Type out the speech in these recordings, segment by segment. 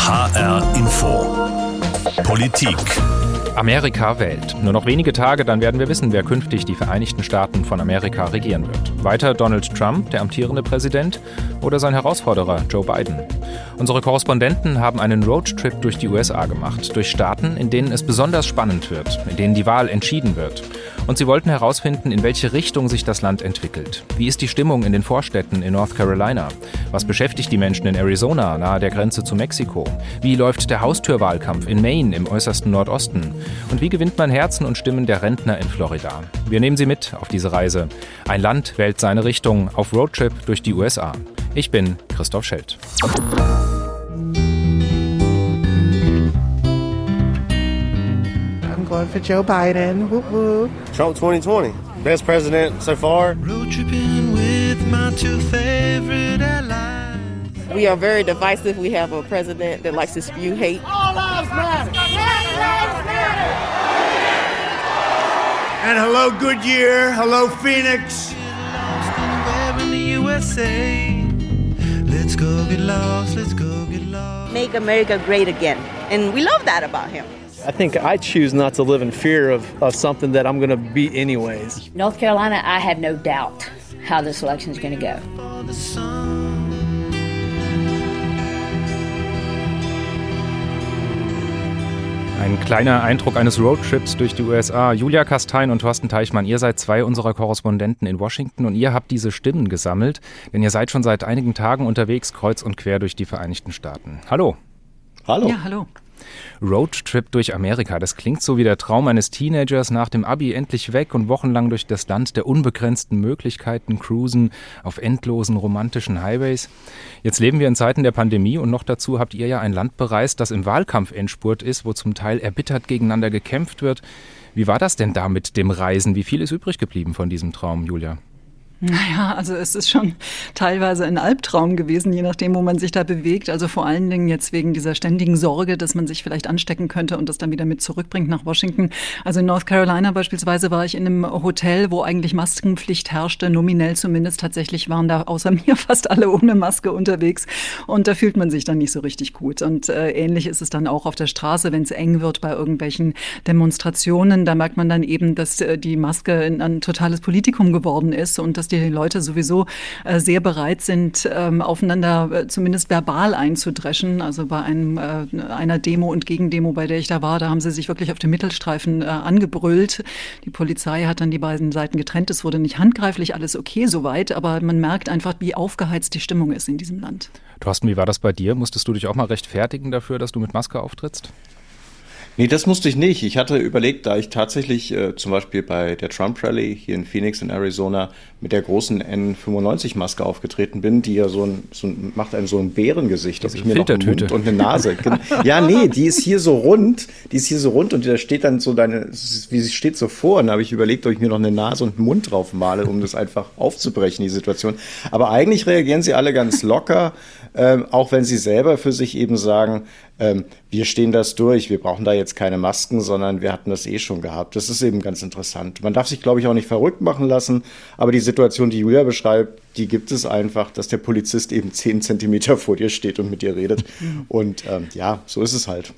HR Info. Politik. Amerika wählt. Nur noch wenige Tage, dann werden wir wissen, wer künftig die Vereinigten Staaten von Amerika regieren wird. Weiter Donald Trump, der amtierende Präsident, oder sein Herausforderer Joe Biden. Unsere Korrespondenten haben einen Roadtrip durch die USA gemacht, durch Staaten, in denen es besonders spannend wird, in denen die Wahl entschieden wird. Und sie wollten herausfinden, in welche Richtung sich das Land entwickelt. Wie ist die Stimmung in den Vorstädten in North Carolina? Was beschäftigt die Menschen in Arizona, nahe der Grenze zu Mexiko? Wie läuft der Haustürwahlkampf in Maine im äußersten Nordosten? Und wie gewinnt man Herzen und Stimmen der Rentner in Florida? Wir nehmen Sie mit auf diese Reise. Ein Land wählt seine Richtung auf Roadtrip durch die USA. Ich bin Christoph Schelt. Going for Joe Biden. Whoop, whoop. Trump 2020. Best president so far. Road tripping with my two favorite allies. We are very divisive. We have a president that likes to spew hate. All lives matter. All lives matter. And hello, Goodyear. Hello, Phoenix. In the USA. Let's go get lost. Let's go get lost. Make America great again. And we love that about him. I think I choose not to live in fear of something that I'm going to beat anyways. North Carolina, I have no doubt how this election is going to go. Ein kleiner Eindruck eines Roadtrips durch die USA. Julia Kastein und Thorsten Teichmann, ihr seid zwei unserer Korrespondenten in Washington und ihr habt diese Stimmen gesammelt, denn ihr seid schon seit einigen Tagen unterwegs, kreuz und quer durch die Vereinigten Staaten. Hallo. Hallo. Ja, hallo. Roadtrip durch Amerika, das klingt so wie der Traum eines Teenagers nach dem Abi, endlich weg und wochenlang durch das Land der unbegrenzten Möglichkeiten cruisen auf endlosen romantischen Highways. Jetzt leben wir in Zeiten der Pandemie und noch dazu habt ihr ja ein Land bereist, das im Wahlkampf-Endspurt ist, wo zum Teil erbittert gegeneinander gekämpft wird. Wie war das denn da mit dem Reisen? Wie viel ist übrig geblieben von diesem Traum, Julia? Naja, also es ist schon teilweise ein Albtraum gewesen, je nachdem, wo man sich da bewegt. Also vor allen Dingen jetzt wegen dieser ständigen Sorge, dass man sich vielleicht anstecken könnte und das dann wieder mit zurückbringt nach Washington. Also in North Carolina beispielsweise war ich in einem Hotel, wo eigentlich Maskenpflicht herrschte, nominell zumindest. Tatsächlich waren da außer mir fast alle ohne Maske unterwegs und da fühlt man sich dann nicht so richtig gut. Und ähnlich ist es dann auch auf der Straße, wenn es eng wird bei irgendwelchen Demonstrationen. Da merkt man dann eben, dass die Maske ein totales Politikum geworden ist und dass die Leute sowieso sehr bereit sind, aufeinander zumindest verbal einzudreschen. Also bei einer Demo und Gegendemo, bei der ich da war, da haben sie sich wirklich auf dem Mittelstreifen angebrüllt. Die Polizei hat dann die beiden Seiten getrennt. Es wurde nicht handgreiflich alles okay soweit, aber man merkt einfach, wie aufgeheizt die Stimmung ist in diesem Land. Thorsten, wie war das bei dir? Musstest du dich auch mal rechtfertigen dafür, dass du mit Maske auftrittst? Nee, das musste ich nicht. Ich hatte überlegt, da ich tatsächlich zum Beispiel bei der Trump-Rally hier in Phoenix in Arizona mit der großen N95-Maske aufgetreten bin, die ja macht einem so ein Bärengesicht, ob ich mir noch einen Mund und eine Nase. Ja, nee, die ist hier so rund und da steht dann so wie sie steht so vor. Und da habe ich überlegt, ob ich mir noch eine Nase und einen Mund drauf male, um das einfach aufzubrechen, die Situation. Aber eigentlich reagieren sie alle ganz locker, auch wenn sie selber für sich eben sagen, wir stehen das durch, wir brauchen da jetzt keine Masken, sondern wir hatten das schon gehabt. Das ist eben ganz interessant. Man darf sich, glaube ich, auch nicht verrückt machen lassen, aber die Situation, die Julia beschreibt, die gibt es einfach, dass der Polizist eben 10 Zentimeter vor dir steht und mit dir redet. Und so ist es halt.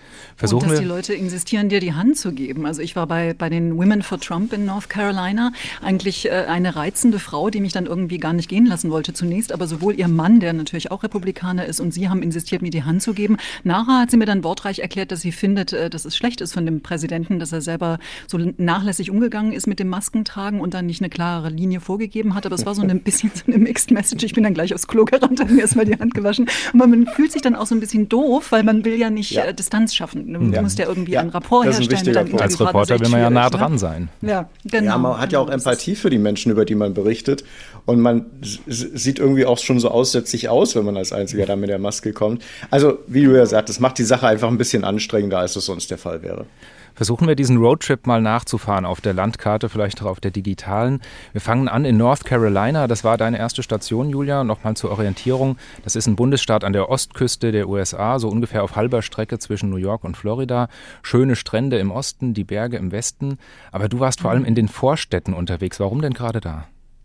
Und dass die Leute insistieren, dir die Hand zu geben. Also ich war bei den Women for Trump in North Carolina eigentlich eine reizende Frau, die mich dann irgendwie gar nicht gehen lassen wollte zunächst. Aber sowohl ihr Mann, der natürlich auch Republikaner ist, und sie haben insistiert, mir die Hand zu geben. Nachher hat sie mir dann wortreich erklärt, dass sie findet, dass es schlecht ist von dem Präsidenten, dass er selber so nachlässig umgegangen ist mit dem Maskentragen und dann nicht eine klare Linie vorgegeben hat. Aber es war so ein bisschen so eine Mixed Message. Ich bin dann gleich aufs Klo gerannt, habe mir erstmal die Hand gewaschen. Aber man fühlt sich dann auch so ein bisschen doof, weil man will ja nicht Distanz schaffen. Du musst ja irgendwie einen Rapport herstellen. Als Reporter will man ja nah dran sein. Ja, genau. Ja, man hat ja auch Empathie für die Menschen, über die man berichtet. Und man sieht irgendwie auch schon so aussätzlich aus, wenn man als Einziger da mit der Maske kommt. Also, wie du ja sagst, das macht die Sache einfach ein bisschen anstrengender, als es sonst der Fall wäre. Versuchen wir diesen Roadtrip mal nachzufahren auf der Landkarte, vielleicht auch auf der digitalen. Wir fangen an in North Carolina. Das war deine erste Station, Julia. Nochmal zur Orientierung. Das ist ein Bundesstaat an der Ostküste der USA, so ungefähr auf halber Strecke zwischen New York und Florida. Schöne Strände im Osten, die Berge im Westen. Aber du warst vor allem in den Vorstädten unterwegs. Warum denn gerade da?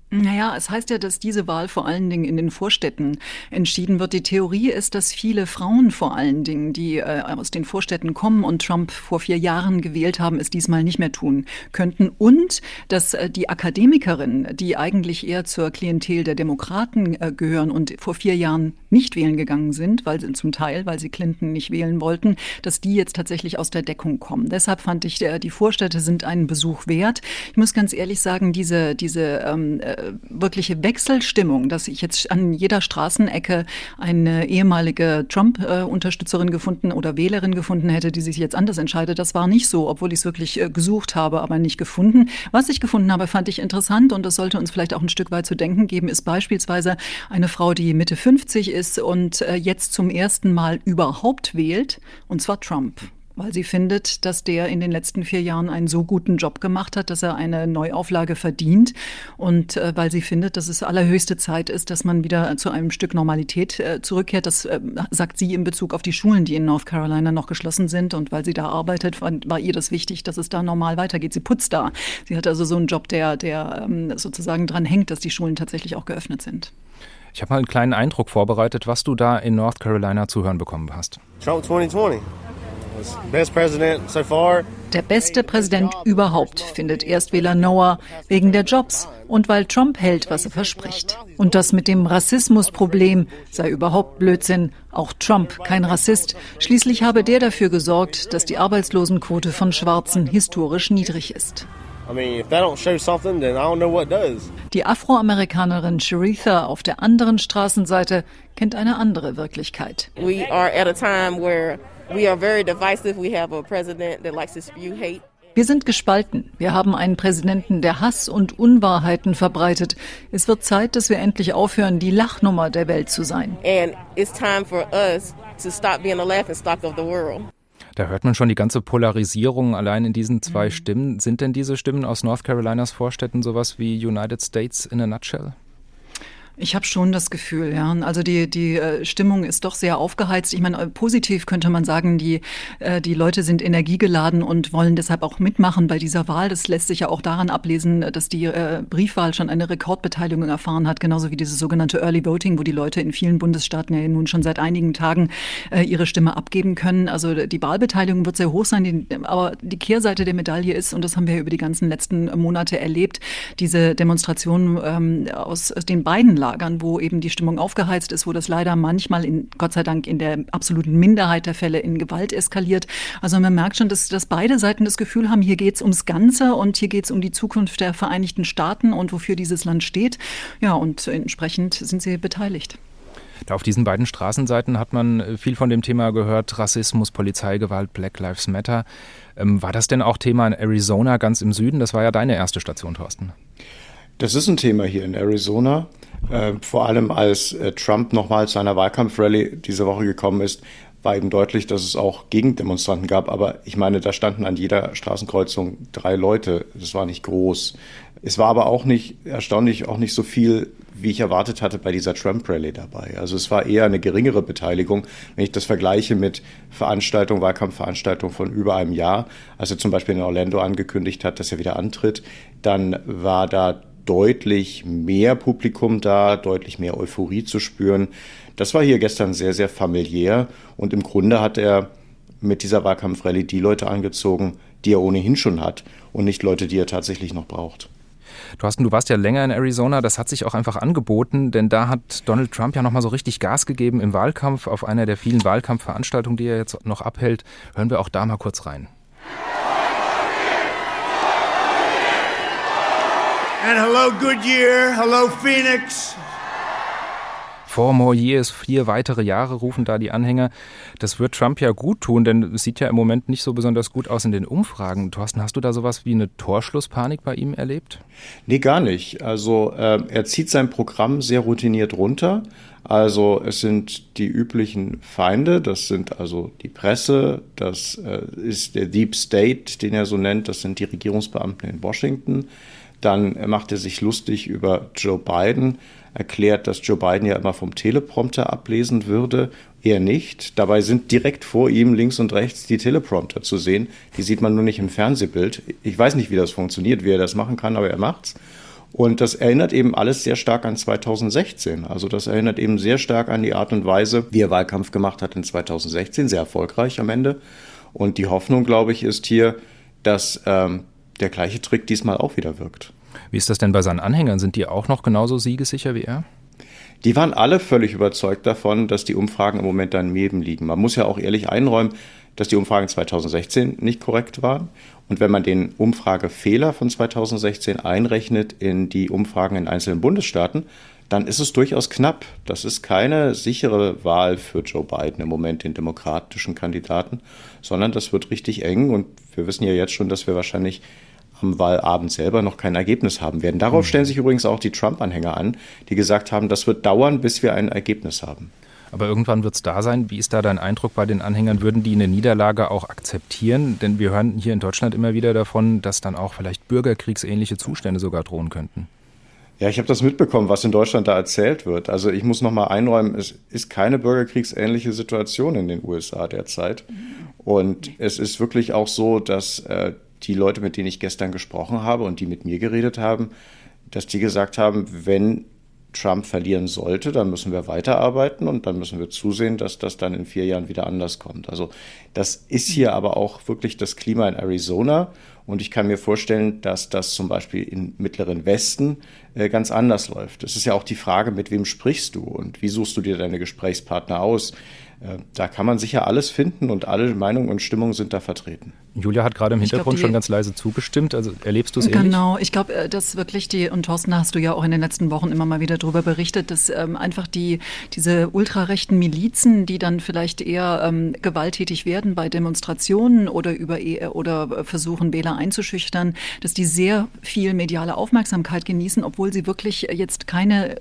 Naja, es heißt ja, dass diese Wahl vor allen Dingen in den Vorstädten entschieden wird. Die Theorie ist, dass viele Frauen vor allen Dingen, die aus den Vorstädten kommen und Trump vor 4 Jahren gewählt haben, es diesmal nicht mehr tun könnten. Und dass die Akademikerinnen, die eigentlich eher zur Klientel der Demokraten gehören und vor 4 Jahren nicht wählen gegangen sind, weil sie Clinton nicht wählen wollten, dass die jetzt tatsächlich aus der Deckung kommen. Deshalb fand ich, die Vorstädte sind einen Besuch wert. Ich muss ganz ehrlich sagen, diese wirkliche Wechselstimmung, dass ich jetzt an jeder Straßenecke eine ehemalige Trump-Unterstützerin gefunden oder Wählerin gefunden hätte, die sich jetzt anders entscheidet, das war nicht so, obwohl ich es wirklich gesucht habe, aber nicht gefunden. Was ich gefunden habe, fand ich interessant und das sollte uns vielleicht auch ein Stück weit zu denken geben, ist beispielsweise eine Frau, die Mitte 50 ist und jetzt zum ersten Mal überhaupt wählt, und zwar Trump. Weil sie findet, dass der in den letzten 4 Jahren einen so guten Job gemacht hat, dass er eine Neuauflage verdient. Und weil sie findet, dass es allerhöchste Zeit ist, dass man wieder zu einem Stück Normalität zurückkehrt. Das sagt sie in Bezug auf die Schulen, die in North Carolina noch geschlossen sind. Und weil sie da arbeitet, war ihr das wichtig, dass es da normal weitergeht. Sie putzt da. Sie hat also so einen Job, der sozusagen dran hängt, dass die Schulen tatsächlich auch geöffnet sind. Ich habe mal einen kleinen Eindruck vorbereitet, was du da in North Carolina zu hören bekommen hast. Trump 2020. Best president so far. Der beste Präsident überhaupt, findet Erstwähler Noah, wegen der Jobs und weil Trump hält, was er verspricht. Und das mit dem Rassismusproblem sei überhaupt Blödsinn. Auch Trump, kein Rassist. Schließlich habe der dafür gesorgt, dass die Arbeitslosenquote von Schwarzen historisch niedrig ist. Die Afroamerikanerin Sharitha auf der anderen Straßenseite kennt eine andere Wirklichkeit. We are at a time where we are very divisive. We have a president that likes to spew hate. Wir sind gespalten. Wir haben einen Präsidenten, der Hass und Unwahrheiten verbreitet. Es wird Zeit, dass wir endlich aufhören, die Lachnummer der Welt zu sein. And it's time for us to stop being the laughingstock of the world. Da hört man schon die ganze Polarisierung allein in diesen 2 Stimmen. Sind denn diese Stimmen aus North Carolinas Vorstädten sowas wie United States in a nutshell? Ich habe schon das Gefühl, ja. Also die Stimmung ist doch sehr aufgeheizt. Ich meine, positiv könnte man sagen, die Leute sind energiegeladen und wollen deshalb auch mitmachen bei dieser Wahl. Das lässt sich ja auch daran ablesen, dass die Briefwahl schon eine Rekordbeteiligung erfahren hat, genauso wie dieses sogenannte Early Voting, wo die Leute in vielen Bundesstaaten ja nun schon seit einigen Tagen ihre Stimme abgeben können. Also die Wahlbeteiligung wird sehr hoch sein, aber die Kehrseite der Medaille ist, und das haben wir über die ganzen letzten Monate erlebt, diese Demonstrationen aus den beiden Lagern, wo eben die Stimmung aufgeheizt ist, wo das leider manchmal, Gott sei Dank in der absoluten Minderheit der Fälle in Gewalt eskaliert. Also man merkt schon, dass beide Seiten das Gefühl haben, hier geht es ums Ganze und hier geht es um die Zukunft der Vereinigten Staaten und wofür dieses Land steht. Ja, und entsprechend sind sie beteiligt. Da auf diesen beiden Straßenseiten hat man viel von dem Thema gehört, Rassismus, Polizeigewalt, Black Lives Matter. War das denn auch Thema in Arizona ganz im Süden? Das war ja deine erste Station, Thorsten. Das ist ein Thema hier in Arizona. Vor allem als Trump nochmal zu einer Wahlkampfrallye diese Woche gekommen ist, war eben deutlich, dass es auch Gegendemonstranten gab. Aber ich meine, da standen an jeder Straßenkreuzung 3 Leute. Das war nicht groß. Es war aber auch nicht, erstaunlich, auch nicht so viel, wie ich erwartet hatte, bei dieser Trump-Rallye dabei. Also es war eher eine geringere Beteiligung, wenn ich das vergleiche mit Wahlkampfveranstaltungen von über einem Jahr. Als er zum Beispiel in Orlando angekündigt hat, dass er wieder antritt, dann war da deutlich mehr Publikum da, deutlich mehr Euphorie zu spüren. Das war hier gestern sehr, sehr familiär und im Grunde hat er mit dieser Wahlkampfrallye die Leute angezogen, die er ohnehin schon hat und nicht Leute, die er tatsächlich noch braucht. Thorsten, du warst ja länger in Arizona, das hat sich auch einfach angeboten, denn da hat Donald Trump ja nochmal so richtig Gas gegeben im Wahlkampf auf einer der vielen Wahlkampfveranstaltungen, die er jetzt noch abhält. Hören wir auch da mal kurz rein. And hello, Goodyear. Hello, Phoenix. 4 more years, 4 weitere Jahre, rufen da die Anhänger. Das wird Trump ja gut tun, denn es sieht ja im Moment nicht so besonders gut aus in den Umfragen. Thorsten, hast du da sowas wie eine Torschlusspanik bei ihm erlebt? Nee, gar nicht. Also er zieht sein Programm sehr routiniert runter. Also es sind die üblichen Feinde, das sind also die Presse, das ist der Deep State, den er so nennt, das sind die Regierungsbeamten in Washington. Dann macht er sich lustig über Joe Biden, erklärt, dass Joe Biden ja immer vom Teleprompter ablesen würde. Er nicht. Dabei sind direkt vor ihm links und rechts die Teleprompter zu sehen. Die sieht man nur nicht im Fernsehbild. Ich weiß nicht, wie das funktioniert, wie er das machen kann, aber er macht's. Und das erinnert eben alles sehr stark an 2016. Also das erinnert eben sehr stark an die Art und Weise, wie er Wahlkampf gemacht hat in 2016, sehr erfolgreich am Ende. Und die Hoffnung, glaube ich, ist hier, dass der gleiche Trick diesmal auch wieder wirkt. Wie ist das denn bei seinen Anhängern? Sind die auch noch genauso siegessicher wie er? Die waren alle völlig überzeugt davon, dass die Umfragen im Moment daneben liegen. Man muss ja auch ehrlich einräumen, dass die Umfragen 2016 nicht korrekt waren. Und wenn man den Umfragefehler von 2016 einrechnet in die Umfragen in einzelnen Bundesstaaten, dann ist es durchaus knapp. Das ist keine sichere Wahl für Joe Biden im Moment, den demokratischen Kandidaten, sondern das wird richtig eng. Und wir wissen ja jetzt schon, dass wir wahrscheinlich am Wahlabend selber noch kein Ergebnis haben werden. Darauf stellen sich übrigens auch die Trump-Anhänger an, die gesagt haben, das wird dauern, bis wir ein Ergebnis haben. Aber irgendwann wird es da sein. Wie ist da dein Eindruck bei den Anhängern? Würden die eine Niederlage auch akzeptieren? Denn wir hören hier in Deutschland immer wieder davon, dass dann auch vielleicht bürgerkriegsähnliche Zustände sogar drohen könnten. Ja, ich habe das mitbekommen, was in Deutschland da erzählt wird. Also ich muss noch mal einräumen, es ist keine bürgerkriegsähnliche Situation in den USA derzeit. Und es ist wirklich auch so, dass die Leute, mit denen ich gestern gesprochen habe und die mit mir geredet haben, dass die gesagt haben, wenn Trump verlieren sollte, dann müssen wir weiterarbeiten und dann müssen wir zusehen, dass das dann in 4 Jahren wieder anders kommt. Also das ist hier aber auch wirklich das Klima in Arizona und ich kann mir vorstellen, dass das zum Beispiel im Mittleren Westen ganz anders läuft. Es ist ja auch die Frage, mit wem sprichst du und wie suchst du dir deine Gesprächspartner aus? Da kann man sicher alles finden und alle Meinungen und Stimmungen sind da vertreten. Julia hat gerade im Hintergrund schon ganz leise zugestimmt. Also erlebst du es ähnlich? Genau, ich glaube, dass wirklich und Thorsten, da hast du ja auch in den letzten Wochen immer mal wieder darüber berichtet, dass einfach diese ultrarechten Milizen, die dann vielleicht eher gewalttätig werden bei Demonstrationen oder versuchen, Wähler einzuschüchtern, dass die sehr viel mediale Aufmerksamkeit genießen, obwohl sie wirklich jetzt keine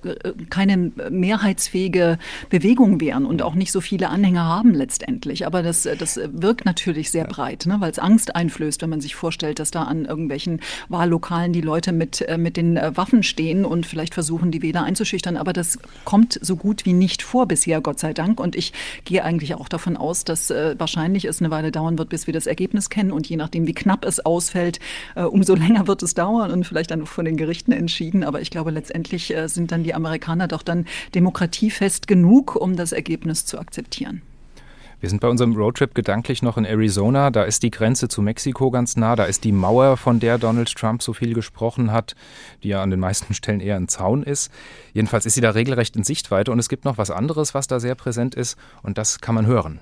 mehrheitsfähige Bewegung wären und auch nicht so viele Anhänger haben letztendlich. Aber das wirkt natürlich sehr breit, ne? Weil es Angst einflößt, wenn man sich vorstellt, dass da an irgendwelchen Wahllokalen die Leute mit den Waffen stehen und vielleicht versuchen, die Wähler einzuschüchtern. Aber das kommt so gut wie nicht vor bisher, Gott sei Dank. Und ich gehe eigentlich auch davon aus, dass wahrscheinlich es eine Weile dauern wird, bis wir das Ergebnis kennen. Und je nachdem, wie knapp es ausfällt, umso länger wird es dauern und vielleicht dann von den Gerichten entschieden. Aber ich glaube, letztendlich sind dann die Amerikaner doch dann demokratiefest genug, um das Ergebnis zu akzeptieren. Wir sind bei unserem Roadtrip gedanklich noch in Arizona. Da ist die Grenze zu Mexiko ganz nah. Da ist die Mauer, von der Donald Trump so viel gesprochen hat, die ja an den meisten Stellen eher ein Zaun ist. Jedenfalls ist sie da regelrecht in Sichtweite. Und es gibt noch was anderes, was da sehr präsent ist. Und das kann man hören.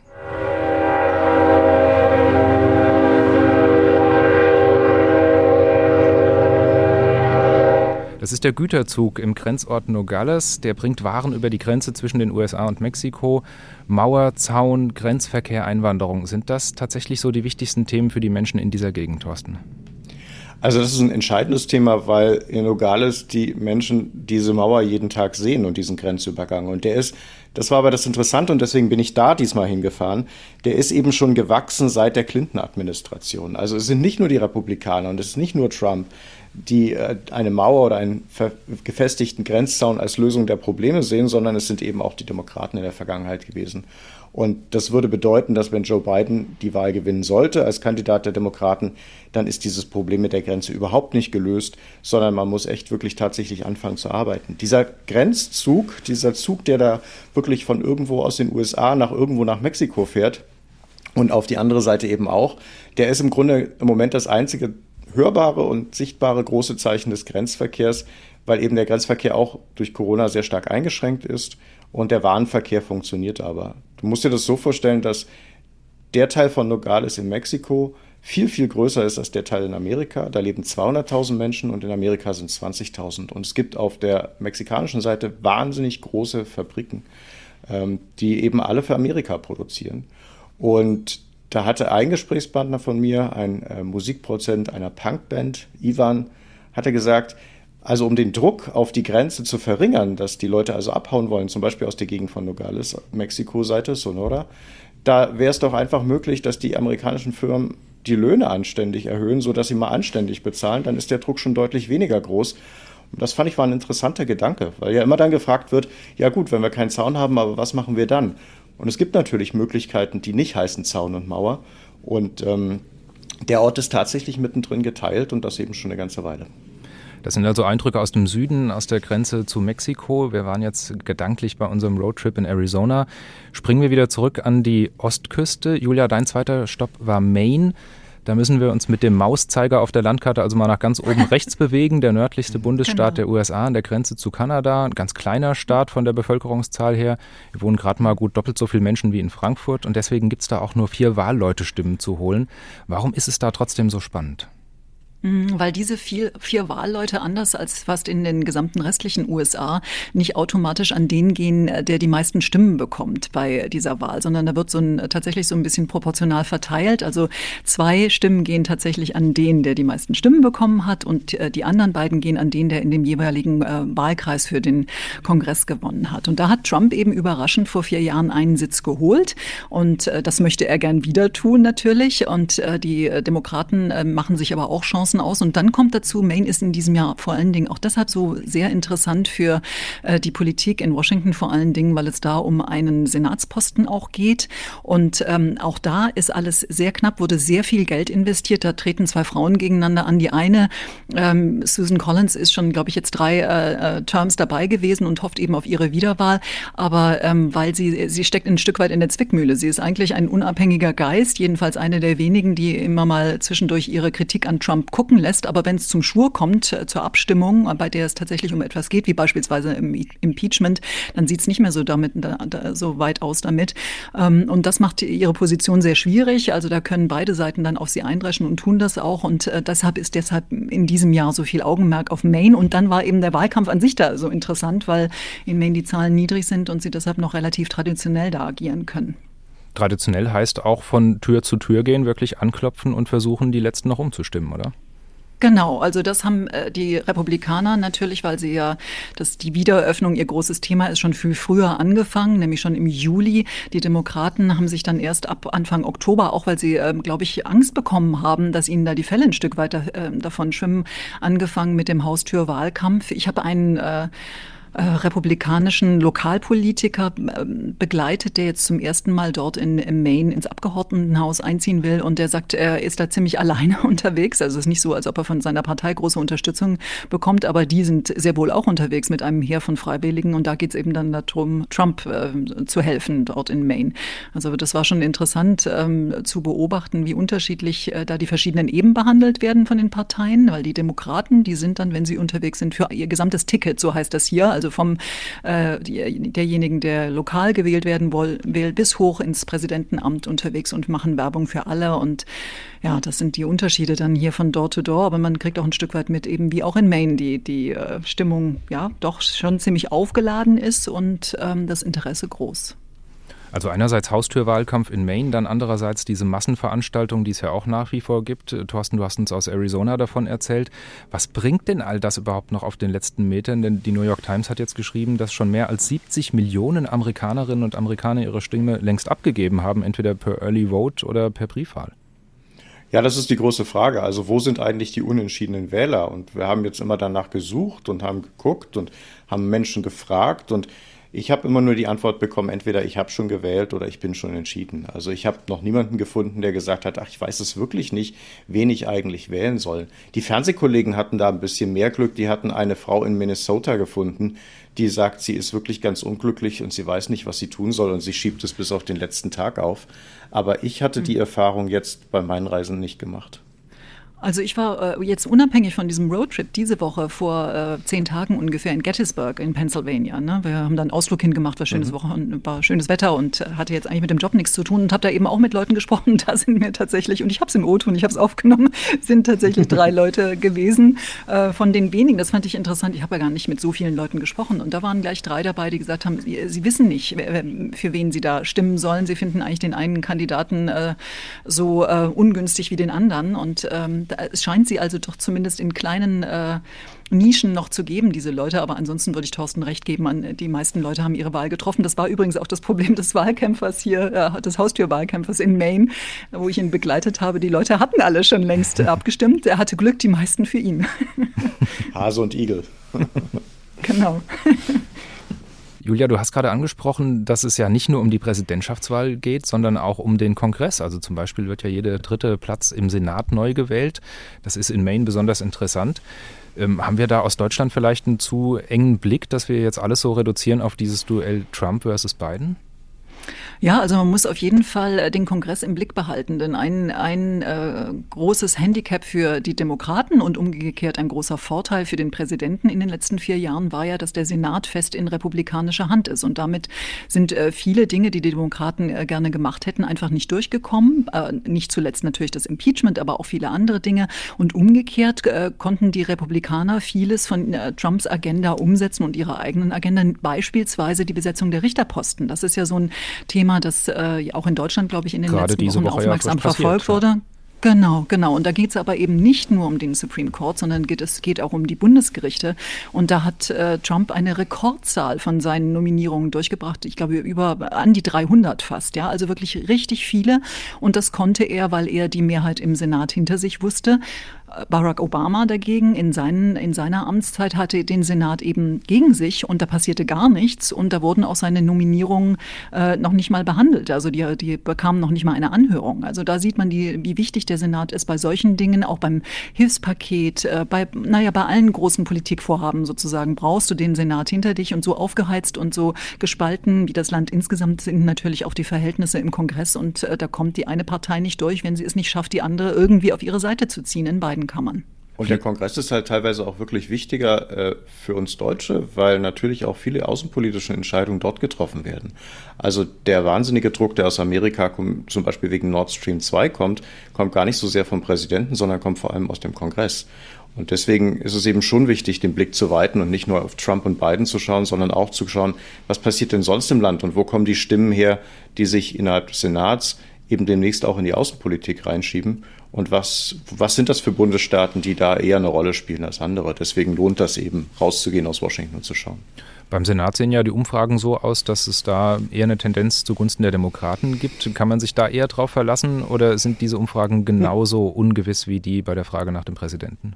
Das ist der Güterzug im Grenzort Nogales. Der bringt Waren über die Grenze zwischen den USA und Mexiko. Mauer, Zaun, Grenzverkehr, Einwanderung. Sind das tatsächlich so die wichtigsten Themen für die Menschen in dieser Gegend, Thorsten? Also das ist ein entscheidendes Thema, weil in Nogales die Menschen diese Mauer jeden Tag sehen und diesen Grenzübergang. Und das war aber das Interessante und deswegen bin ich da diesmal hingefahren, der ist eben schon gewachsen seit der Clinton-Administration. Also es sind nicht nur die Republikaner und es ist nicht nur Trump, die eine Mauer oder einen gefestigten Grenzzaun als Lösung der Probleme sehen, sondern es sind eben auch die Demokraten in der Vergangenheit gewesen. Und das würde bedeuten, dass wenn Joe Biden die Wahl gewinnen sollte als Kandidat der Demokraten, dann ist dieses Problem mit der Grenze überhaupt nicht gelöst, sondern man muss echt wirklich tatsächlich anfangen zu arbeiten. Dieser Grenzzug, dieser Zug, der da wirklich von irgendwo aus den USA irgendwo nach Mexiko fährt und auf die andere Seite eben auch, der ist im Grunde im Moment das einzige hörbare und sichtbare große Zeichen des Grenzverkehrs, weil eben der Grenzverkehr auch durch Corona sehr stark eingeschränkt ist und der Warenverkehr funktioniert aber. Du musst dir das so vorstellen, dass der Teil von Nogales in Mexiko viel, viel größer ist als der Teil in Amerika. Da leben 200.000 Menschen und in Amerika sind es 20.000. Und es gibt auf der mexikanischen Seite wahnsinnig große Fabriken, die eben alle für Amerika produzieren. Und da hatte ein Gesprächspartner von mir, ein Musikproduzent einer Punkband, Ivan, hatte gesagt, also um den Druck auf die Grenze zu verringern, dass die Leute also abhauen wollen, zum Beispiel aus der Gegend von Nogales, Mexiko-Seite, Sonora, da wäre es doch einfach möglich, dass die amerikanischen Firmen die Löhne anständig erhöhen, sodass sie mal anständig bezahlen, dann ist der Druck schon deutlich weniger groß. Und das fand ich war ein interessanter Gedanke, weil ja immer dann gefragt wird, ja gut, wenn wir keinen Zaun haben, aber was machen wir dann? Und es gibt natürlich Möglichkeiten, die nicht heißen Zaun und Mauer. Und der Ort ist tatsächlich mittendrin geteilt und das eben schon eine ganze Weile. Das sind also Eindrücke aus dem Süden, aus der Grenze zu Mexiko. Wir waren jetzt gedanklich bei unserem Roadtrip in Arizona. Springen wir wieder zurück an die Ostküste. Julia, dein zweiter Stopp war Maine. Da müssen wir uns mit dem Mauszeiger auf der Landkarte also mal nach ganz oben rechts bewegen. Der nördlichste Bundesstaat der USA an der Grenze zu Kanada. Ein ganz kleiner Staat von der Bevölkerungszahl her. Hier wohnen gerade mal gut doppelt so viele Menschen wie in Frankfurt. Und deswegen gibt es da auch nur 4 Wahlleute-Stimmen zu holen. Warum ist es da trotzdem so spannend? Weil diese 4 Wahlleute, anders als fast in den gesamten restlichen USA, nicht automatisch an den gehen, der die meisten Stimmen bekommt bei dieser Wahl, sondern da wird tatsächlich so ein bisschen proportional verteilt. Also 2 Stimmen gehen tatsächlich an den, der die meisten Stimmen bekommen hat, und die anderen beiden gehen an den, der in dem jeweiligen Wahlkreis für den Kongress gewonnen hat. Und da hat Trump eben überraschend vor 4 Jahren einen Sitz geholt, und das möchte er gern wieder tun natürlich. Und die Demokraten machen sich aber auch Chancen aus. Und dann kommt dazu, Maine ist in diesem Jahr vor allen Dingen auch deshalb so sehr interessant für die Politik in Washington, vor allen Dingen, weil es da um einen Senatsposten auch geht. Und auch da ist alles sehr knapp, wurde sehr viel Geld investiert. Da treten 2 Frauen gegeneinander an. Die eine, Susan Collins, ist schon, glaube ich, jetzt 3 Terms dabei gewesen und hofft eben auf ihre Wiederwahl. Aber weil sie steckt ein Stück weit in der Zwickmühle. Sie ist eigentlich ein unabhängiger Geist, jedenfalls eine der wenigen, die immer mal zwischendurch ihre Kritik an Trump gucken lässt, aber wenn es zum Schwur kommt, zur Abstimmung, bei der es tatsächlich um etwas geht, wie beispielsweise im Impeachment, dann sieht es nicht mehr so so weit aus damit. Und das macht ihre Position sehr schwierig. Also da können beide Seiten dann auf sie eindreschen und tun das auch. Und deshalb ist in diesem Jahr so viel Augenmerk auf Maine. Und dann war eben der Wahlkampf an sich da so interessant, weil in Maine die Zahlen niedrig sind und sie deshalb noch relativ traditionell da agieren können. Traditionell heißt auch von Tür zu Tür gehen, wirklich anklopfen und versuchen, die Letzten noch umzustimmen, oder? Genau, also das haben die Republikaner natürlich, weil sie die Wiedereröffnung ihr großes Thema ist, schon viel früher angefangen, nämlich schon im Juli. Die Demokraten haben sich dann erst ab Anfang Oktober, auch weil sie, glaube ich, Angst bekommen haben, dass ihnen da die Fälle ein Stück weiter davon schwimmen, angefangen mit dem Haustürwahlkampf. Ich habe einen republikanischen Lokalpolitiker begleitet, der jetzt zum ersten Mal dort in Maine ins Abgeordnetenhaus einziehen will, und der sagt, er ist da ziemlich alleine unterwegs. Also es ist nicht so, als ob er von seiner Partei große Unterstützung bekommt, aber die sind sehr wohl auch unterwegs mit einem Heer von Freiwilligen, und da geht es eben dann darum, Trump zu helfen dort in Maine. Also das war schon interessant zu beobachten, wie unterschiedlich da die verschiedenen Ebenen behandelt werden von den Parteien, weil die Demokraten, die sind dann, wenn sie unterwegs sind, für ihr gesamtes Ticket, so heißt das hier, also vom derjenigen, der lokal gewählt werden will, bis hoch ins Präsidentenamt unterwegs und machen Werbung für alle. Und ja, das sind die Unterschiede dann hier von Door to Door. Aber man kriegt auch ein Stück weit mit, eben wie auch in Maine, die Stimmung ja doch schon ziemlich aufgeladen ist und das Interesse groß. Also einerseits Haustürwahlkampf in Maine, dann andererseits diese Massenveranstaltung, die es ja auch nach wie vor gibt. Thorsten, du hast uns aus Arizona davon erzählt. Was bringt denn all das überhaupt noch auf den letzten Metern? Denn die New York Times hat jetzt geschrieben, dass schon mehr als 70 Millionen Amerikanerinnen und Amerikaner ihre Stimme längst abgegeben haben, entweder per Early Vote oder per Briefwahl. Ja, das ist die große Frage. Also wo sind eigentlich die unentschiedenen Wähler? Und wir haben jetzt immer danach gesucht und haben geguckt und haben Menschen gefragt, und ich habe immer nur die Antwort bekommen, entweder ich habe schon gewählt oder ich bin schon entschieden. Also ich habe noch niemanden gefunden, der gesagt hat, ach, ich weiß es wirklich nicht, wen ich eigentlich wählen soll. Die Fernsehkollegen hatten da ein bisschen mehr Glück. Die hatten eine Frau in Minnesota gefunden, die sagt, sie ist wirklich ganz unglücklich und sie weiß nicht, was sie tun soll, und sie schiebt es bis auf den letzten Tag auf. Aber ich hatte die Erfahrung jetzt bei meinen Reisen nicht gemacht. Also ich war jetzt unabhängig von diesem Roadtrip diese Woche vor 10 Tagen ungefähr in Gettysburg in Pennsylvania. Ne? Wir haben da einen Ausflug hingemacht, war schönes Wetter und hatte jetzt eigentlich mit dem Job nichts zu tun und habe da eben auch mit Leuten gesprochen. Da sind mir tatsächlich, und ich habe es im O-Ton, ich habe es aufgenommen, sind tatsächlich 3 Leute gewesen, von den wenigen. Das fand ich interessant. Ich habe ja gar nicht mit so vielen Leuten gesprochen, und da waren gleich 3 dabei, die gesagt haben, sie wissen nicht, für wen sie da stimmen sollen. Sie finden eigentlich den einen Kandidaten so ungünstig wie den anderen, und es scheint sie also doch zumindest in kleinen Nischen noch zu geben, diese Leute. Aber ansonsten würde ich Thorsten recht geben, die meisten Leute haben ihre Wahl getroffen. Das war übrigens auch das Problem des Wahlkämpfers hier, des Haustürwahlkämpfers in Maine, wo ich ihn begleitet habe. Die Leute hatten alle schon längst abgestimmt. Er hatte Glück, die meisten für ihn. Hase und Igel. Genau. Julia, du hast gerade angesprochen, dass es ja nicht nur um die Präsidentschaftswahl geht, sondern auch um den Kongress. Also zum Beispiel wird ja jeder 3. Platz im Senat neu gewählt. Das ist in Maine besonders interessant. Haben wir da aus Deutschland vielleicht einen zu engen Blick, dass wir jetzt alles so reduzieren auf dieses Duell Trump versus Biden? Ja, also man muss auf jeden Fall den Kongress im Blick behalten, denn ein großes Handicap für die Demokraten und umgekehrt ein großer Vorteil für den Präsidenten in den letzten 4 Jahren war ja, dass der Senat fest in republikanischer Hand ist. Und damit sind viele Dinge, die Demokraten gerne gemacht hätten, einfach nicht durchgekommen. Nicht zuletzt natürlich das Impeachment, aber auch viele andere Dinge. Und umgekehrt konnten die Republikaner vieles von Trumps Agenda umsetzen und ihre eigenen Agenda, beispielsweise die Besetzung der Richterposten. Das ist ja so ein Thema, das auch in Deutschland, glaube ich, in den letzten Wochen aufmerksam verfolgt wurde. Genau. Und da geht es aber eben nicht nur um den Supreme Court, sondern es geht auch um die Bundesgerichte. Und da hat Trump eine Rekordzahl von seinen Nominierungen durchgebracht. Ich glaube, an die 300 fast. Ja, also wirklich richtig viele. Und das konnte er, weil er die Mehrheit im Senat hinter sich wusste. Barack Obama dagegen in seiner Amtszeit hatte den Senat eben gegen sich und da passierte gar nichts und da wurden auch seine Nominierungen noch nicht mal behandelt. Also die bekamen noch nicht mal eine Anhörung. Also da sieht man, wie wichtig der Senat ist bei solchen Dingen, auch beim Hilfspaket, bei allen großen Politikvorhaben sozusagen brauchst du den Senat hinter dich und so aufgeheizt und so gespalten, wie das Land insgesamt sind natürlich auch die Verhältnisse im Kongress und da kommt die eine Partei nicht durch, wenn sie es nicht schafft, die andere irgendwie auf ihre Seite zu ziehen in beiden Kammern. Und der Kongress ist halt teilweise auch wirklich wichtiger für uns Deutsche, weil natürlich auch viele außenpolitische Entscheidungen dort getroffen werden. Also der wahnsinnige Druck, der aus Amerika zum Beispiel wegen Nord Stream 2 kommt gar nicht so sehr vom Präsidenten, sondern kommt vor allem aus dem Kongress. Und deswegen ist es eben schon wichtig, den Blick zu weiten und nicht nur auf Trump und Biden zu schauen, sondern auch zu schauen, was passiert denn sonst im Land und wo kommen die Stimmen her, die sich innerhalb des Senats eben demnächst auch in die Außenpolitik reinschieben. Und was sind das für Bundesstaaten, die da eher eine Rolle spielen als andere? Deswegen lohnt das eben, rauszugehen aus Washington und zu schauen. Beim Senat sehen ja die Umfragen so aus, dass es da eher eine Tendenz zugunsten der Demokraten gibt. Kann man sich da eher drauf verlassen oder sind diese Umfragen genauso ungewiss wie die bei der Frage nach dem Präsidenten?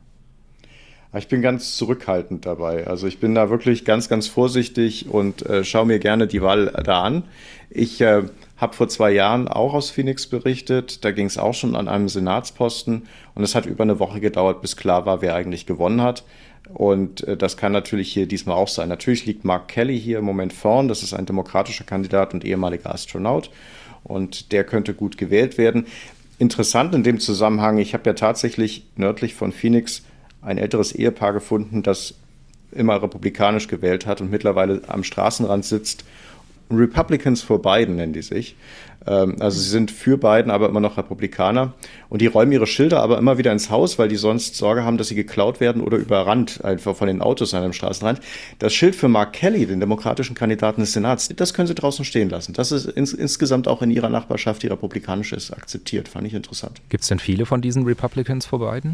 Ich bin ganz zurückhaltend dabei. Also ich bin da wirklich ganz, ganz vorsichtig und schaue mir gerne die Wahl da an. Ich habe vor 2 Jahren auch aus Phoenix berichtet. Da ging es auch schon an einem Senatsposten und es hat über eine Woche gedauert, bis klar war, wer eigentlich gewonnen hat. Und das kann natürlich hier diesmal auch sein. Natürlich liegt Mark Kelly hier im Moment vorn. Das ist ein demokratischer Kandidat und ehemaliger Astronaut und der könnte gut gewählt werden. Interessant in dem Zusammenhang, ich habe ja tatsächlich nördlich von Phoenix ein älteres Ehepaar gefunden, das immer republikanisch gewählt hat und mittlerweile am Straßenrand sitzt. Republicans for Biden nennen die sich. Also sie sind für Biden, aber immer noch Republikaner. Und die räumen ihre Schilder aber immer wieder ins Haus, weil die sonst Sorge haben, dass sie geklaut werden oder überrannt, einfach von den Autos an dem Straßenrand. Das Schild für Mark Kelly, den demokratischen Kandidaten des Senats, das können sie draußen stehen lassen. Das ist insgesamt auch in ihrer Nachbarschaft, die republikanisch ist, akzeptiert. Fand ich interessant. Gibt es denn viele von diesen Republicans for Biden?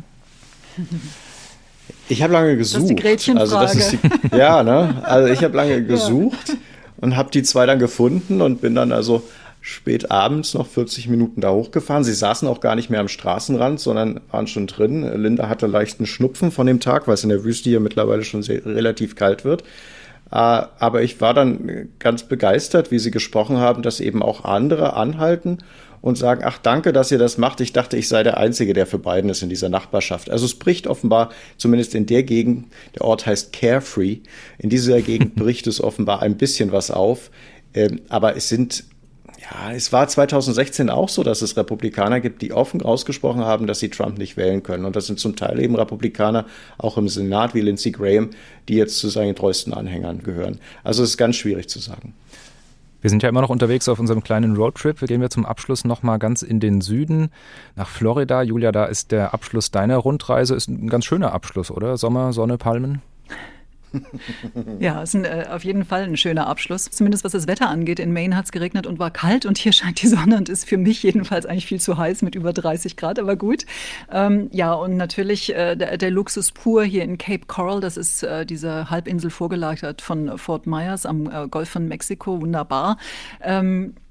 Ich habe lange gesucht. Das ist die Gretchenfrage. Also ich habe lange gesucht und habe die 2 dann gefunden und bin dann also spät abends noch 40 Minuten da hochgefahren. Sie saßen auch gar nicht mehr am Straßenrand, sondern waren schon drin. Linda hatte leichten Schnupfen von dem Tag, weil es in der Wüste hier mittlerweile schon relativ kalt wird. Aber ich war dann ganz begeistert, wie sie gesprochen haben, dass eben auch andere anhalten und sagen, ach danke, dass ihr das macht. Ich dachte, ich sei der Einzige, der für Biden ist in dieser Nachbarschaft. Also es bricht offenbar, zumindest in der Gegend, der Ort heißt Carefree, in dieser Gegend bricht es offenbar ein bisschen was auf. Aber es war 2016 auch so, dass es Republikaner gibt, die offen ausgesprochen haben, dass sie Trump nicht wählen können. Und das sind zum Teil eben Republikaner, auch im Senat wie Lindsey Graham, die jetzt zu seinen treuesten Anhängern gehören. Also es ist ganz schwierig zu sagen. Wir sind ja immer noch unterwegs auf unserem kleinen Roadtrip. Wir gehen zum Abschluss nochmal ganz in den Süden, nach Florida. Julia, da ist der Abschluss deiner Rundreise. Ist ein ganz schöner Abschluss, oder? Sommer, Sonne, Palmen? Ja, es ist auf jeden Fall ein schöner Abschluss. Zumindest was das Wetter angeht. In Maine hat es geregnet und war kalt und hier scheint die Sonne und ist für mich jedenfalls eigentlich viel zu heiß mit über 30 Grad, aber gut. Ja, und natürlich der Luxus pur hier in Cape Coral. Das ist diese Halbinsel vorgelagert von Fort Myers am Golf von Mexiko. Wunderbar.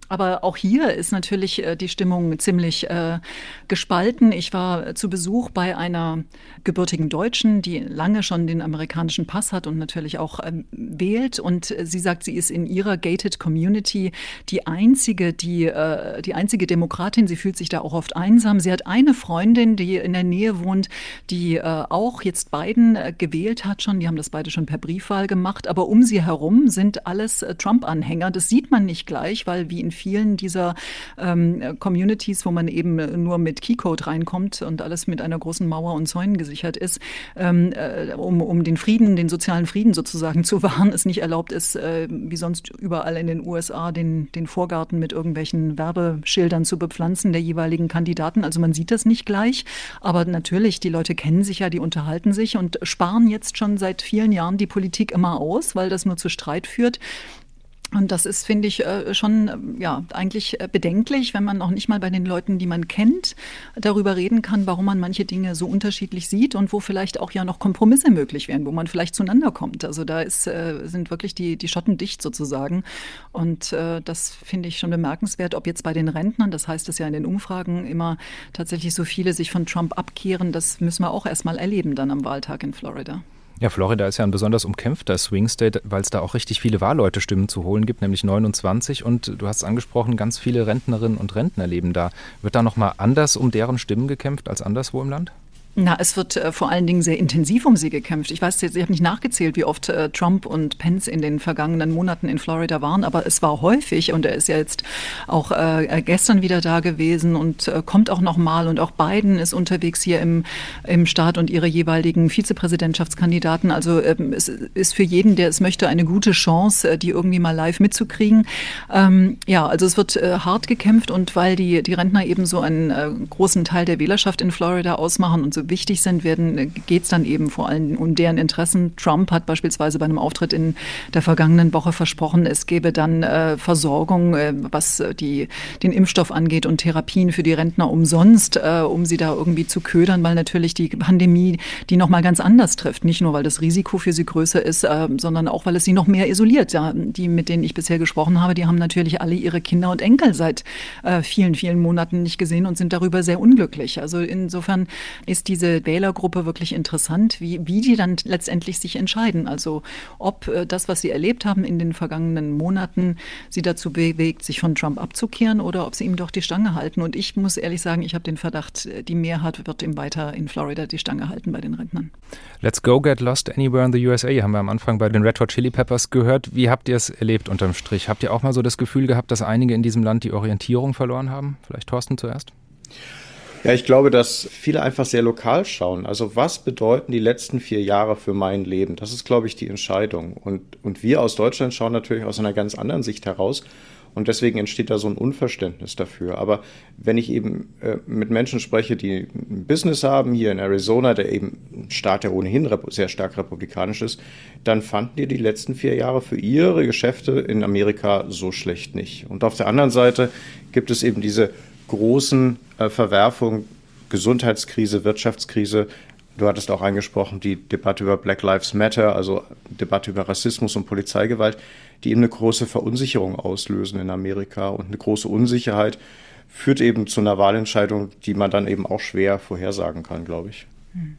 Aber auch hier ist natürlich die Stimmung ziemlich gespalten. Ich war zu Besuch bei einer gebürtigen Deutschen, die lange schon den amerikanischen Pass hat und natürlich auch wählt. Und sie sagt, sie ist in ihrer gated Community die einzige Demokratin. Sie fühlt sich da auch oft einsam. Sie hat eine Freundin, die in der Nähe wohnt, die auch jetzt Biden gewählt hat schon. Die haben das beide schon per Briefwahl gemacht. Aber um sie herum sind alles Trump-Anhänger. Das sieht man nicht gleich, weil wie in vielen dieser Communities, wo man eben nur mit Keycode reinkommt und alles mit einer großen Mauer und Zäunen gesichert ist, um den Frieden, den sozialen Frieden sozusagen zu wahren, es nicht erlaubt ist, wie sonst überall in den USA, den Vorgarten mit irgendwelchen Werbeschildern zu bepflanzen der jeweiligen Kandidaten. Also man sieht das nicht gleich, aber natürlich, die Leute kennen sich ja, die unterhalten sich und sparen jetzt schon seit vielen Jahren die Politik immer aus, weil das nur zu Streit führt. Und das ist, finde ich, schon eigentlich bedenklich, wenn man noch nicht mal bei den Leuten, die man kennt, darüber reden kann, warum man manche Dinge so unterschiedlich sieht und wo vielleicht auch ja noch Kompromisse möglich wären, wo man vielleicht zueinander kommt. Also da sind wirklich die Schotten dicht sozusagen. Und das finde ich schon bemerkenswert, ob jetzt bei den Rentnern, das heißt es ja in den Umfragen immer tatsächlich so viele sich von Trump abkehren, das müssen wir auch erst mal erleben dann am Wahltag in Florida. Ja, Florida ist ja ein besonders umkämpfter Swing State, weil es da auch richtig viele Wahlleuте-Stimmen zu holen gibt, nämlich 29. Und du hast es angesprochen, ganz viele Rentnerinnen und Rentner leben da. Wird da nochmal anders um deren Stimmen gekämpft als anderswo im Land? Na, es wird vor allen Dingen sehr intensiv um sie gekämpft. Ich weiß jetzt, ich habe nicht nachgezählt, wie oft Trump und Pence in den vergangenen Monaten in Florida waren, aber es war häufig und er ist ja jetzt auch gestern wieder da gewesen und kommt auch noch mal und auch Biden ist unterwegs hier im Staat und ihre jeweiligen Vizepräsidentschaftskandidaten. Also es ist für jeden, der es möchte, eine gute Chance, die irgendwie mal live mitzukriegen. Also es wird hart gekämpft und weil die Rentner eben so einen großen Teil der Wählerschaft in Florida ausmachen und so wichtig sind, geht es dann eben vor allem um deren Interessen. Trump hat beispielsweise bei einem Auftritt in der vergangenen Woche versprochen, es gäbe dann Versorgung, was den Impfstoff angeht und Therapien für die Rentner umsonst, um sie da irgendwie zu ködern, weil natürlich die Pandemie die nochmal ganz anders trifft. Nicht nur, weil das Risiko für sie größer ist, sondern auch, weil es sie noch mehr isoliert. Ja, die, mit denen ich bisher gesprochen habe, die haben natürlich alle ihre Kinder und Enkel seit vielen, vielen Monaten nicht gesehen und sind darüber sehr unglücklich. Also insofern ist diese Wählergruppe wirklich interessant, wie die dann letztendlich sich entscheiden. Also ob das, was sie erlebt haben in den vergangenen Monaten, sie dazu bewegt, sich von Trump abzukehren oder ob sie ihm doch die Stange halten. Und ich muss ehrlich sagen, ich habe den Verdacht, die Mehrheit wird ihm weiter in Florida die Stange halten bei den Rentnern. Let's go get lost anywhere in the USA, haben wir am Anfang bei den Red Hot Chili Peppers gehört. Wie habt ihr es erlebt unterm Strich? Habt ihr auch mal so das Gefühl gehabt, dass einige in diesem Land die Orientierung verloren haben? Vielleicht Thorsten zuerst? Ja, ich glaube, dass viele einfach sehr lokal schauen. Also was bedeuten die letzten 4 Jahre für mein Leben? Das ist, glaube ich, die Entscheidung. Und wir aus Deutschland schauen natürlich aus einer ganz anderen Sicht heraus. Und deswegen entsteht da so ein Unverständnis dafür. Aber wenn ich eben mit Menschen spreche, die ein Business haben, hier in Arizona, der eben ein Staat, der ohnehin sehr stark republikanisch ist, dann fanden die letzten 4 Jahre für ihre Geschäfte in Amerika so schlecht nicht. Und auf der anderen Seite gibt es eben diese großen Verwerfungen, Gesundheitskrise, Wirtschaftskrise. Du hattest auch angesprochen, die Debatte über Black Lives Matter, also Debatte über Rassismus und Polizeigewalt, die eben eine große Verunsicherung auslösen in Amerika. Und eine große Unsicherheit führt eben zu einer Wahlentscheidung, die man dann eben auch schwer vorhersagen kann, glaube ich.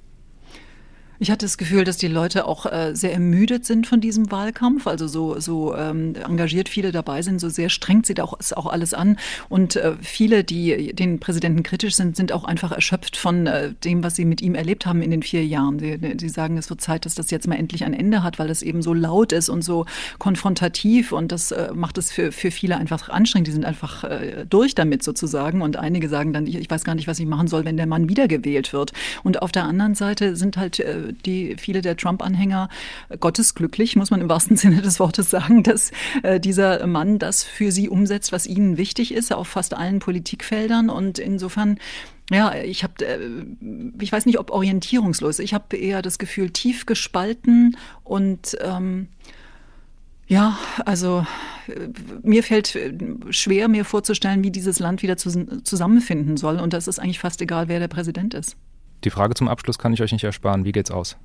Ich hatte das Gefühl, dass die Leute auch sehr ermüdet sind von diesem Wahlkampf, also so engagiert viele dabei sind, so sehr strengt sie da auch alles an. Und viele, die den Präsidenten kritisch sind auch einfach erschöpft von dem, was sie mit ihm erlebt haben in den 4 Jahren. Sie sagen, es wird Zeit, dass das jetzt mal endlich ein Ende hat, weil es eben so laut ist und so konfrontativ und das macht es für viele einfach anstrengend. Die sind einfach durch damit sozusagen und einige sagen dann, ich weiß gar nicht, was ich machen soll, wenn der Mann wiedergewählt wird. Und auf der anderen Seite sind halt viele der Trump-Anhänger gottesglücklich, muss man im wahrsten Sinne des Wortes sagen, dass dieser Mann das für sie umsetzt, was ihnen wichtig ist, auf fast allen Politikfeldern. Und insofern, ja, ich weiß nicht, ob orientierungslos. Ich habe eher das Gefühl, tief gespalten und also mir fällt schwer, mir vorzustellen, wie dieses Land wieder zusammenfinden soll. Und das ist eigentlich fast egal, wer der Präsident ist. Die Frage zum Abschluss kann ich euch nicht ersparen. Wie geht's aus?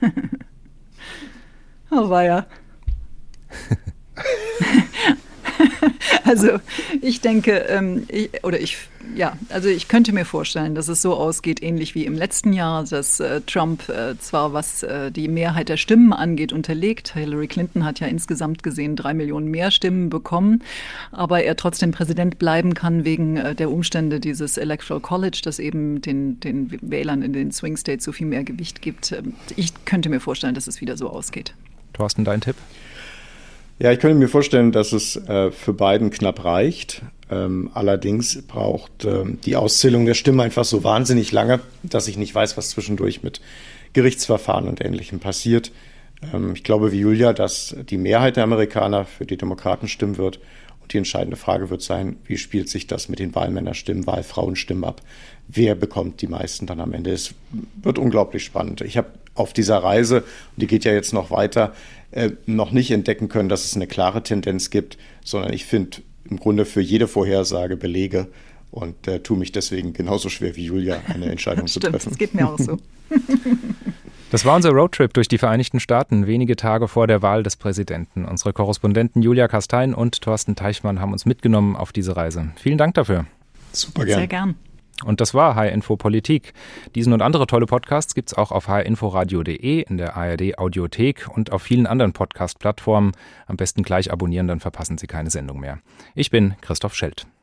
Oh weia. Also ich denke, ich könnte mir vorstellen, dass es so ausgeht, ähnlich wie im letzten Jahr, dass Trump zwar was die Mehrheit der Stimmen angeht, unterlegt. Hillary Clinton hat ja insgesamt gesehen 3 Millionen mehr Stimmen bekommen, aber er trotzdem Präsident bleiben kann wegen der Umstände dieses Electoral College, das eben den Wählern in den Swing States so viel mehr Gewicht gibt. Ich könnte mir vorstellen, dass es wieder so ausgeht. Thorsten, dein Tipp? Ja, ich könnte mir vorstellen, dass es für Biden knapp reicht. Allerdings braucht die Auszählung der Stimmen einfach so wahnsinnig lange, dass ich nicht weiß, was zwischendurch mit Gerichtsverfahren und Ähnlichem passiert. Ich glaube wie Julia, dass die Mehrheit der Amerikaner für die Demokraten stimmen wird. Und die entscheidende Frage wird sein, wie spielt sich das mit den Wahlmännerstimmen, Wahlfrauenstimmen ab? Wer bekommt die meisten dann am Ende? Es wird unglaublich spannend. Ich habe auf dieser Reise, und die geht ja jetzt noch weiter, noch nicht entdecken können, dass es eine klare Tendenz gibt, sondern ich finde im Grunde für jede Vorhersage Belege und tue mich deswegen genauso schwer wie Julia, eine Entscheidung zu treffen. Stimmt, das geht mir auch so. Das war unser Roadtrip durch die Vereinigten Staaten, wenige Tage vor der Wahl des Präsidenten. Unsere Korrespondenten Julia Kastein und Thorsten Teichmann haben uns mitgenommen auf diese Reise. Vielen Dank dafür. Super gern. Sehr gern. Und das war HR Info Politik. Diesen und andere tolle Podcasts gibt's auch auf hrinforadio.de, in der ARD Audiothek und auf vielen anderen Podcast-Plattformen. Am besten gleich abonnieren, dann verpassen Sie keine Sendung mehr. Ich bin Christoph Schelt.